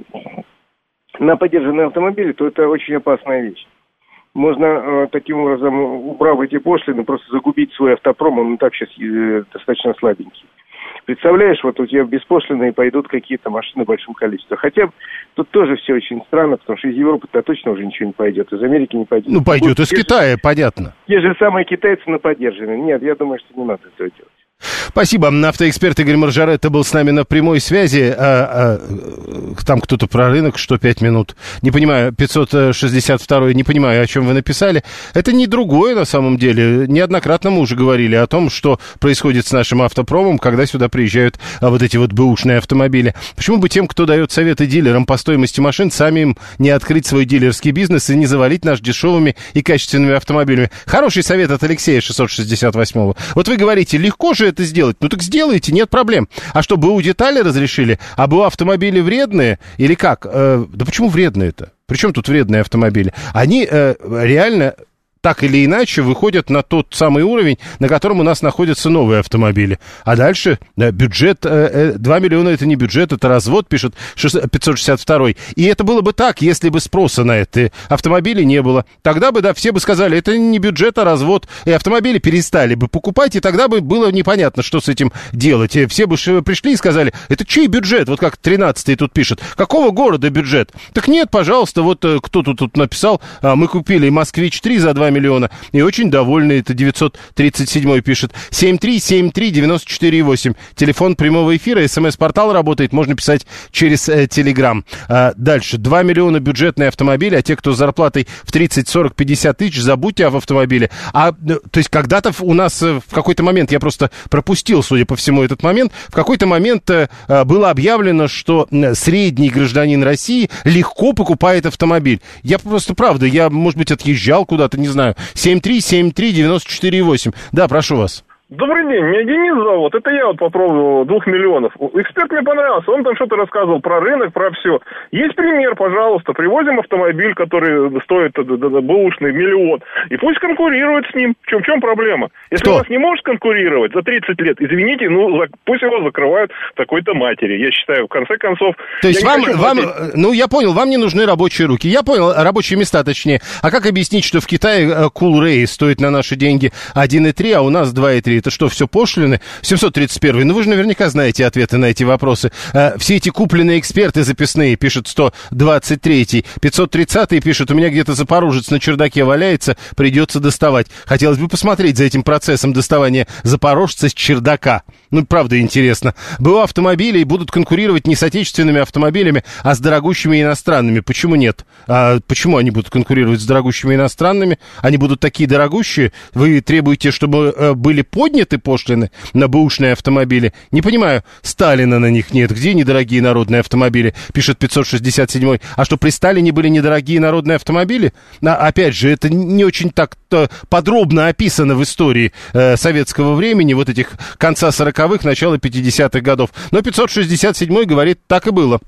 на подержанные автомобили, то это очень опасная вещь. Можно э, таким образом, убрав эти пошлины, просто загубить свой автопром, он и так сейчас э, достаточно слабенький. Представляешь, вот у тебя беспошлиные пойдут какие-то машины в большом количестве. Хотя тут тоже все очень странно, потому что из Европы-то точно уже ничего не пойдет, из Америки не пойдет. Ну, пойдет из Китая, же, понятно. Те же самые китайцы на поддержанные. Нет, я думаю, что не надо этого делать. Спасибо. Автоэксперт Игорь Маржаретта был с нами на прямой связи. А, а, там кто-то про рынок, что пять минут. Не понимаю, пятьсот шестьдесят два, не понимаю, о чем вы написали. Это не другое на самом деле. Неоднократно мы уже говорили о том, что происходит с нашим автопромом, когда сюда приезжают а, вот эти вот бэушные автомобили. Почему бы тем, кто дает советы дилерам по стоимости машин, сами им не открыть свой дилерский бизнес и не завалить наш дешевыми и качественными автомобилями? Хороший совет от Алексея шестьсот шестьдесят восьмого. Вот вы говорите, легко же это сделать? Ну так сделайте, нет проблем. А что, БУ детали разрешили? А БУ автомобили вредные? Или как? Э, да почему вредные-то? Причем тут вредные автомобили? Они э, реально так или иначе выходят на тот самый уровень, на котором у нас находятся новые автомобили. А дальше да, бюджет, э, два миллиона это не бюджет, это развод, пишет пятьсот шестьдесят два. И это было бы так, если бы спроса на эти автомобили не было. Тогда бы, да, все бы сказали, это не бюджет, а развод. И автомобили перестали бы покупать, и тогда бы было непонятно, что с этим делать. И все бы пришли и сказали, это чей бюджет? Вот как тринадцатый тут пишет. Какого города бюджет? Так нет, пожалуйста, вот кто-то тут написал, мы купили Москвич три за два миллиона, и очень довольны. Это девятьсот тридцать семь пишет. семь три семь три девять четыре восемь. Телефон прямого эфира, смс-портал работает, можно писать через э, Телеграм. А, дальше. два миллиона бюджетные автомобили, а те, кто с зарплатой в тридцать, сорок, пятьдесят тысяч, забудьте об автомобиле. А, то есть когда-то у нас в какой-то момент, я просто пропустил, судя по всему, этот момент, в какой-то момент э, было объявлено, что средний гражданин России легко покупает автомобиль. Я просто, правда, я, может быть, отъезжал куда-то, не знаю. семь три семь три девять четыре восемь. Да, прошу вас. Добрый день, меня Денис зовут, это я вот попробовал двух миллионов. Эксперт мне понравился, он там что-то рассказывал про рынок, про все. Есть пример, пожалуйста, привозим автомобиль, который стоит бэушный миллион, и пусть конкурирует с ним. В чем, в чем проблема? Если Кто? у вас не может конкурировать за тридцать лет, извините, ну пусть его закрывают такой-то матери. Я считаю, в конце концов... То есть вам, вам, ну я понял, вам не нужны рабочие руки. Я понял, рабочие места точнее. А как объяснить, что в Китае Coolray стоит на наши деньги один и три, а у нас два и три? Это что, все пошлины? семьсот тридцать один. Ну, вы же наверняка знаете ответы на эти вопросы. Все эти купленные эксперты записные, пишет сто двадцать три. пятьсот тридцать пишет, у меня где-то запорожец на чердаке валяется, придется доставать. Хотелось бы посмотреть за этим процессом доставания запорожца с чердака. Ну, правда интересно. БУ автомобилей будут конкурировать не с отечественными автомобилями, а с дорогущими иностранными. Почему нет? А почему они будут конкурировать с дорогущими иностранными? Они будут такие дорогущие? Вы требуете, чтобы э, были подняты пошлины на бэушные автомобили? Не понимаю, Сталина на них нет. Где недорогие народные автомобили? Пишет пятьсот шестьдесят семь. А что, при Сталине были недорогие народные автомобили? А, опять же, это не очень так подробно описано в истории э, советского времени, вот этих конца сороковых, начала пятидесятых годов. Но пятьсот шестьдесят семь говорит, так и было.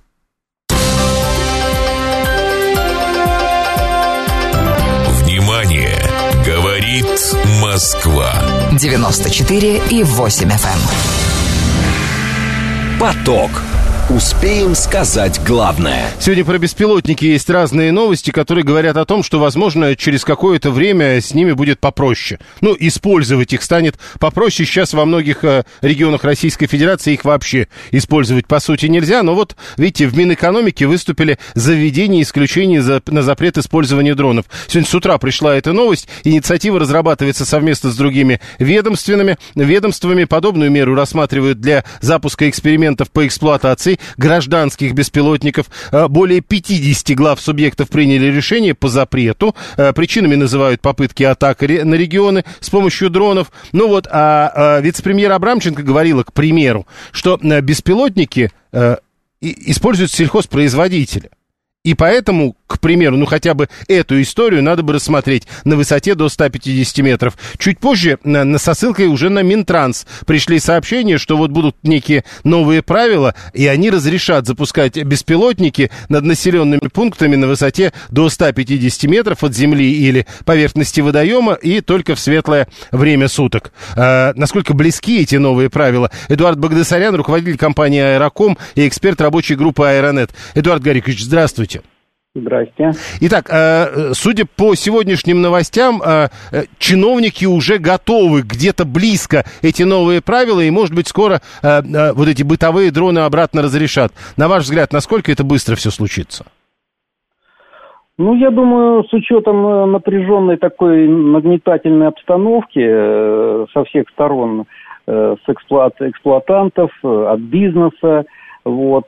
Внимание! Говорит Москва. девяносто четыре и восемь эф эм. Поток. Успеем сказать главное. Сегодня про беспилотники есть разные новости, которые говорят о том, что, возможно, через какое-то время с ними будет попроще. Ну, использовать их станет попроще. Сейчас во многих э, регионах Российской Федерации их вообще использовать, по сути, нельзя. Но вот, видите, в Минэкономике выступили за введение исключений за, на запрет использования дронов. Сегодня с утра пришла эта новость. Инициатива разрабатывается совместно с другими ведомственными. Ведомствами подобную меру рассматривают для запуска экспериментов по эксплуатации гражданских беспилотников. Более пятьдесят глав субъектов приняли решение по запрету. Причинами называют попытки атак на регионы с помощью дронов. Ну вот, а вице-премьер Абрамченко говорила, к примеру, что беспилотники используют сельхозпроизводители. И поэтому, к примеру, ну хотя бы эту историю надо бы рассмотреть на высоте до ста пятидесяти метров. Чуть позже на, на, со ссылкой уже на Минтранс пришли сообщения, что вот будут некие новые правила, и они разрешат запускать беспилотники над населенными пунктами на высоте до ста пятидесяти метров от земли или поверхности водоема, и только в светлое время суток. А, насколько близки эти новые правила? Эдуард Багдасарян, руководитель компании «Аэроком» и эксперт рабочей группы «Аэронет». Эдуард Гарикович, здравствуйте. Здрасте. Итак, судя по сегодняшним новостям, чиновники уже готовы где-то близко эти новые правила, и, может быть, скоро вот эти бытовые дроны обратно разрешат. На ваш взгляд, насколько это быстро все случится? Ну, я думаю, с учетом напряженной такой нагнетательной обстановки со всех сторон, с эксплуат- эксплуатантов, от бизнеса, вот,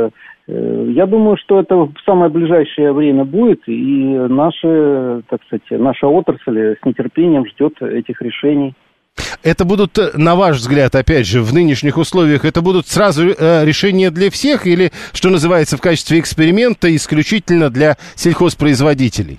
я думаю, что это в самое ближайшее время будет, и наши, так сказать, наша отрасль с нетерпением ждет этих решений. Это будут, на ваш взгляд, опять же, в нынешних условиях, это будут сразу э, решения для всех или, что называется, в качестве эксперимента исключительно для сельхозпроизводителей?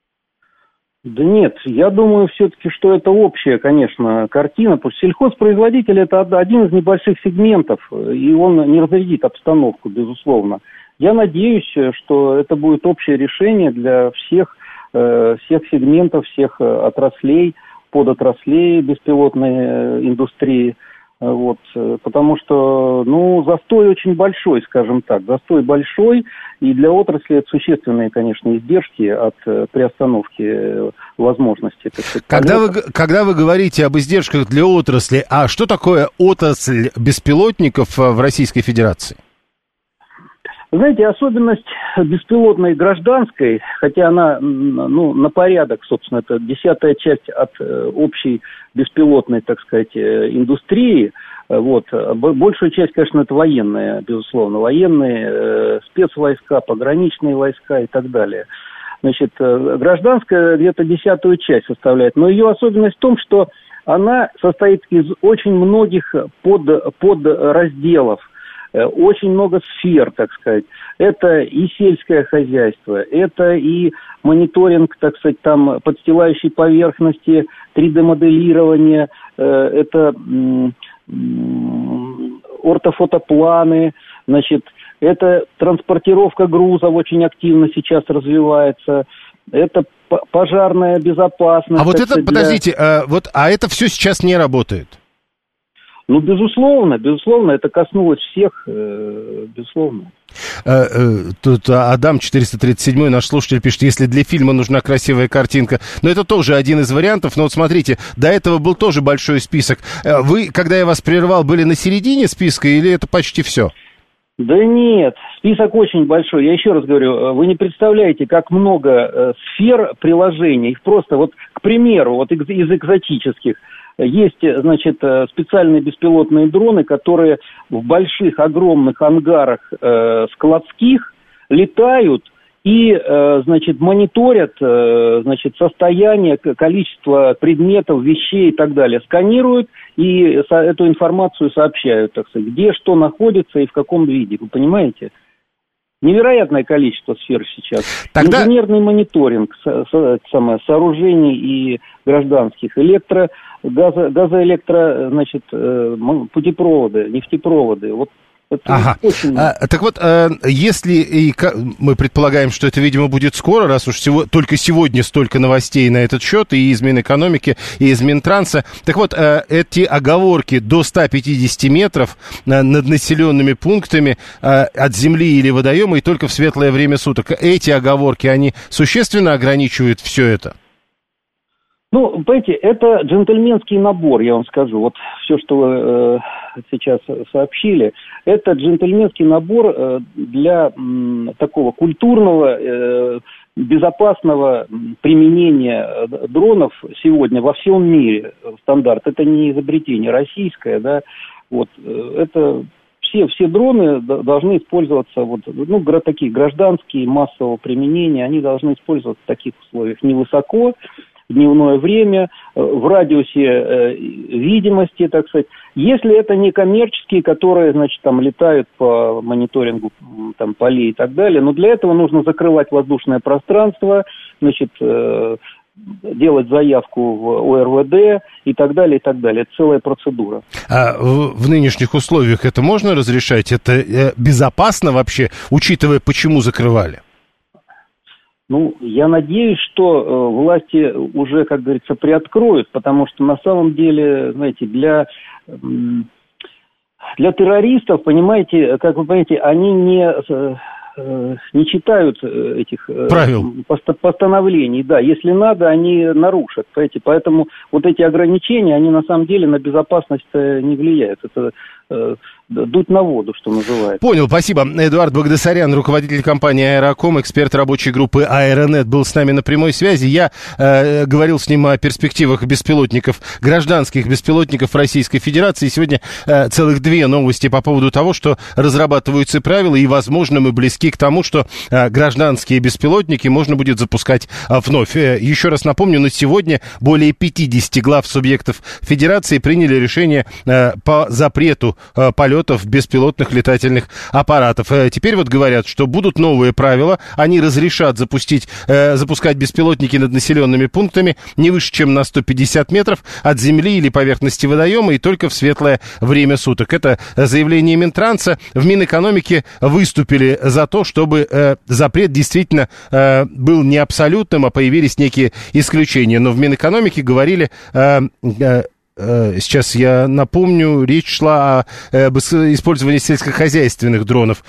Да нет, я думаю все-таки, что это общая, конечно, картина, потому что сельхозпроизводитель – это один из небольших сегментов, и он не разрядит обстановку, безусловно. Я надеюсь, что это будет общее решение для всех, всех сегментов, всех отраслей, подотраслей беспилотной индустрии. Вот, потому что, ну, застой очень большой, скажем так, застой большой, и для отрасли это существенные, конечно, издержки от приостановки возможностей. Когда вы, когда вы говорите об издержках для отрасли, а что такое отрасль беспилотников в Российской Федерации? Знаете, особенность беспилотной гражданской, хотя она, ну, на порядок, собственно, это десятая часть от э, общей беспилотной, так сказать, э, индустрии, вот, большая часть, конечно, это военные, безусловно, военные, э, спецвойска, пограничные войска и так далее. Значит, э, гражданская где-то десятую часть составляет, но ее особенность в том, что она состоит из очень многих под, подразделов, очень много сфер, так сказать. Это и сельское хозяйство, это и мониторинг, так сказать, там, подстилающей поверхности, три дэ-моделирование, это ортофотопланы, значит, это транспортировка грузов очень активно сейчас развивается, это пожарная безопасность. А вот это, сказать, подождите, для... а, вот, а это все сейчас не работает? Ну, безусловно, безусловно, это коснулось всех, э, безусловно. Тут Адам четыреста тридцать семь, наш слушатель, пишет, если для фильма нужна красивая картинка. Но это тоже один из вариантов. Но вот смотрите, до этого был тоже большой список. Вы, когда я вас прервал, были на середине списка или это почти все? Да нет, список очень большой. Я еще раз говорю, вы не представляете, как много э, сфер приложений. Их просто, вот, к примеру, вот из, из экзотических. Есть, значит, специальные беспилотные дроны, которые в больших, огромных ангарах э, складских летают и, э, значит, мониторят, э, значит, состояние, количество предметов, вещей и так далее. Сканируют и со- эту информацию сообщают, так сказать, где что находится и в каком виде. Вы понимаете? Невероятное количество сфер сейчас. Тогда... Инженерный мониторинг со, со, самое, сооружений и гражданских, электро, газо, газоэлектро, значит, путепроводы, нефтепроводы. Вот это ага. очень... А, так вот, а, если и мы предполагаем, что это, видимо, будет скоро, раз уж всего, только сегодня столько новостей на этот счет и из Минэкономики, и из Минтранса. Так вот, а, эти оговорки до ста пятидесяти метров а, над населенными пунктами а, от земли или водоема и только в светлое время суток. Эти оговорки, они существенно ограничивают все это? Ну, понимаете, это джентльменский набор, я вам скажу. Вот все, что вы э, сейчас сообщили, это джентльменский набор э, для м, такого культурного, э, безопасного применения дронов сегодня во всем мире. Стандарт. Это не изобретение российское, да. Вот, это все, все дроны должны использоваться, вот, ну, такие гражданские, массового применения, они должны использоваться в таких условиях невысоко, в дневное время, в радиусе э, видимости, так сказать. Если это не коммерческие, которые, значит, там летают по мониторингу там, полей и так далее, но для этого нужно закрывать воздушное пространство, значит, э, делать заявку в о эр вэ дэ и так далее, и так далее. Это целая процедура. А в, в нынешних условиях это можно разрешать? Это э, безопасно вообще, учитывая, почему закрывали? Ну, я надеюсь, что э, власти уже, как говорится, приоткроют, потому что на самом деле, знаете, для, э, для террористов, понимаете, как вы понимаете, они не... Э, не читают этих правил, постановлений, да, если надо, они нарушат, понимаете, поэтому вот эти ограничения, они на самом деле на безопасность не влияют, это э, дуть на воду, что называется. Понял, спасибо. Эдуард Багдасарян, руководитель компании «Аэроком», эксперт рабочей группы «Аэронет», был с нами на прямой связи. Я э, говорил с ним о перспективах беспилотников, гражданских беспилотников Российской Федерации. Сегодня э, целых две новости по поводу того, что разрабатываются правила, и, возможно, мы близки к тому, что э, гражданские беспилотники можно будет запускать э, вновь. Э, еще раз напомню, на сегодня более пятьдесят глав субъектов Федерации приняли решение э, по запрету э, полетов беспилотных летательных аппаратов. Теперь вот говорят, что будут новые правила. Они разрешат запустить, э, запускать беспилотники над населенными пунктами не выше, чем на сто пятьдесят метров от земли или поверхности водоема, и только в светлое время суток. Это заявление Минтранса. В Минэкономике выступили за то, чтобы э, запрет действительно э, был не абсолютным, а появились некие исключения. Но в Минэкономике говорили... Э, э, Сейчас я напомню, речь шла о об использовании сельскохозяйственных дронов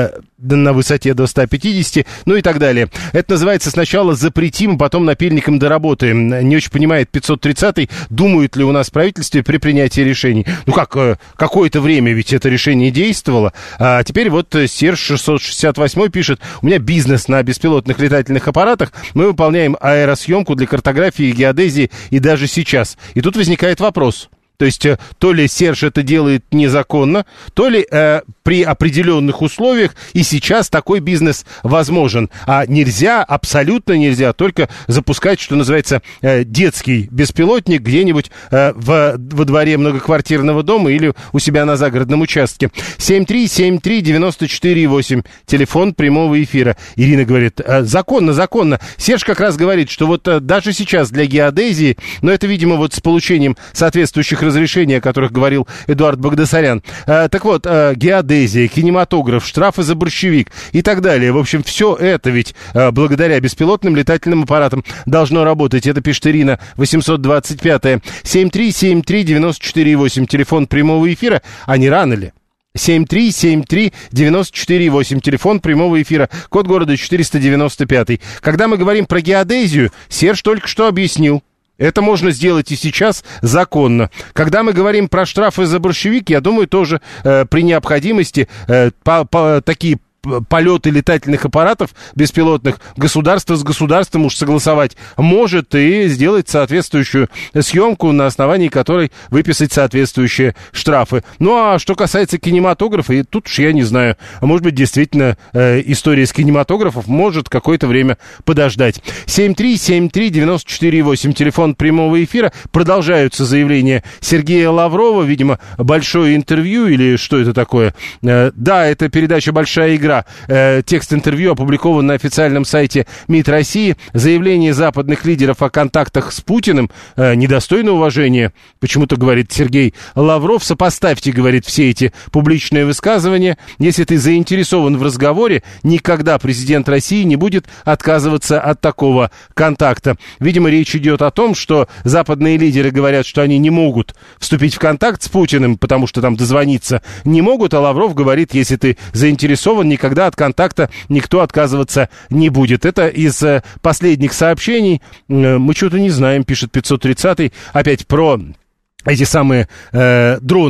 на высоте до ста пятидесяти, ну и так далее. Это называется сначала запретим, потом напильником доработаем. Не очень понимает пятьсот тридцатый, думают ли у нас в правительстве при принятии решений. Ну как, какое-то время ведь это решение действовало, а теперь вот Серж шестьсот шестьдесят восемь пишет: у меня бизнес на беспилотных летательных аппаратах, мы выполняем аэросъемку для картографии, геодезии и даже сейчас. И тут возникает вопрос. То есть, то ли Серж это делает незаконно, то ли э, при определенных условиях и сейчас такой бизнес возможен. А нельзя, абсолютно нельзя только запускать, что называется, э, детский беспилотник где-нибудь э, в, во дворе многоквартирного дома или у себя на загородном участке. семь три семь три девяносто четыре восемь, телефон прямого эфира. Ирина говорит, э, законно, законно. Серж как раз говорит, что вот э, даже сейчас для геодезии, но это, видимо, вот с получением соответствующих разрешений, о которых говорил Эдуард Багдасарян. А, так вот, а, геодезия, кинематограф, штрафы за борщевик и так далее. В общем, все это ведь а, благодаря беспилотным летательным аппаратам должно работать. Это пишет Ирина, восемьсот двадцать пятая. семь три семь три девяносто четыре восемь, телефон прямого эфира. А не рано ли? семь три семь три девяносто четыре восемь, телефон прямого эфира, код города четыреста девяносто пять. Когда мы говорим про геодезию, Серж только что объяснил. Это можно сделать и сейчас законно. Когда мы говорим про штрафы за борщевик, я думаю, тоже э, при необходимости э, по, по, такие полеты летательных аппаратов беспилотных государство с государством уж согласовать может и сделать соответствующую съемку, на основании которой выписать соответствующие штрафы. Ну, а что касается кинематографа, и тут уж я не знаю, может быть, действительно э, история с кинематографом может какое-то время подождать. семь три семь три девяносто четыре восемь, телефон прямого эфира. Продолжаются заявления Сергея Лаврова, видимо, большое интервью или что это такое? Э, да, это передача «Большая игра». Э, текст интервью опубликован на официальном сайте МИД России. Заявление западных лидеров о контактах с Путиным э, недостойно уважения, почему-то говорит Сергей Лавров. Сопоставьте, говорит, все эти публичные высказывания. Если ты заинтересован в разговоре, никогда президент России не будет отказываться от такого контакта. Видимо, речь идет о том, что западные лидеры говорят, что они не могут вступить в контакт с Путиным, потому что там дозвониться не могут, а Лавров говорит, если ты заинтересован, никогда Когда от контакта никто отказываться не будет. Это из э, последних сообщений. Э, мы что-то не знаем, пишет пятьсот тридцатый. Опять про эти самые э, дроны.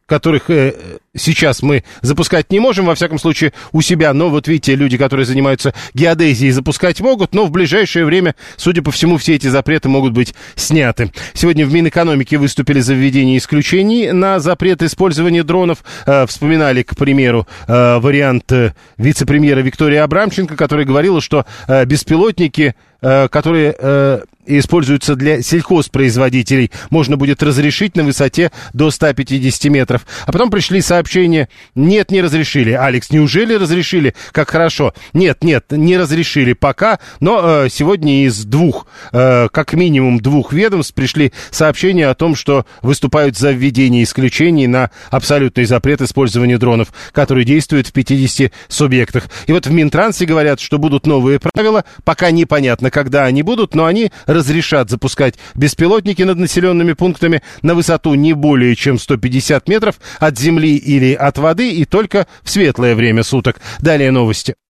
которых э, сейчас мы запускать не можем, во всяком случае, у себя. Но вот видите, люди, которые занимаются геодезией, запускать могут, но в ближайшее время, судя по всему, все эти запреты могут быть сняты. Сегодня в Минэкономике выступили за введение исключений на запрет использования дронов. Э, вспоминали, к примеру, э, вариант э, вице-премьера Виктории Абрамченко, которая говорила, что э, беспилотники, э, которые... Э, используются для сельхозпроизводителей, можно будет разрешить на высоте до ста пятидесяти метров. А потом пришли сообщения: нет, не разрешили. Алекс, неужели разрешили? Как хорошо. Нет, нет, не разрешили пока, но э, сегодня из двух, э, как минимум двух ведомств пришли сообщения о том, что выступают за введение исключений на абсолютный запрет использования дронов, который действует в пятидесяти субъектах. И вот в Минтрансе говорят, что будут новые правила, пока непонятно, когда они будут, но они разрешат запускать беспилотники над населенными пунктами на высоту не более чем сто пятьдесят метров от земли или от воды и только в светлое время суток. Далее новости.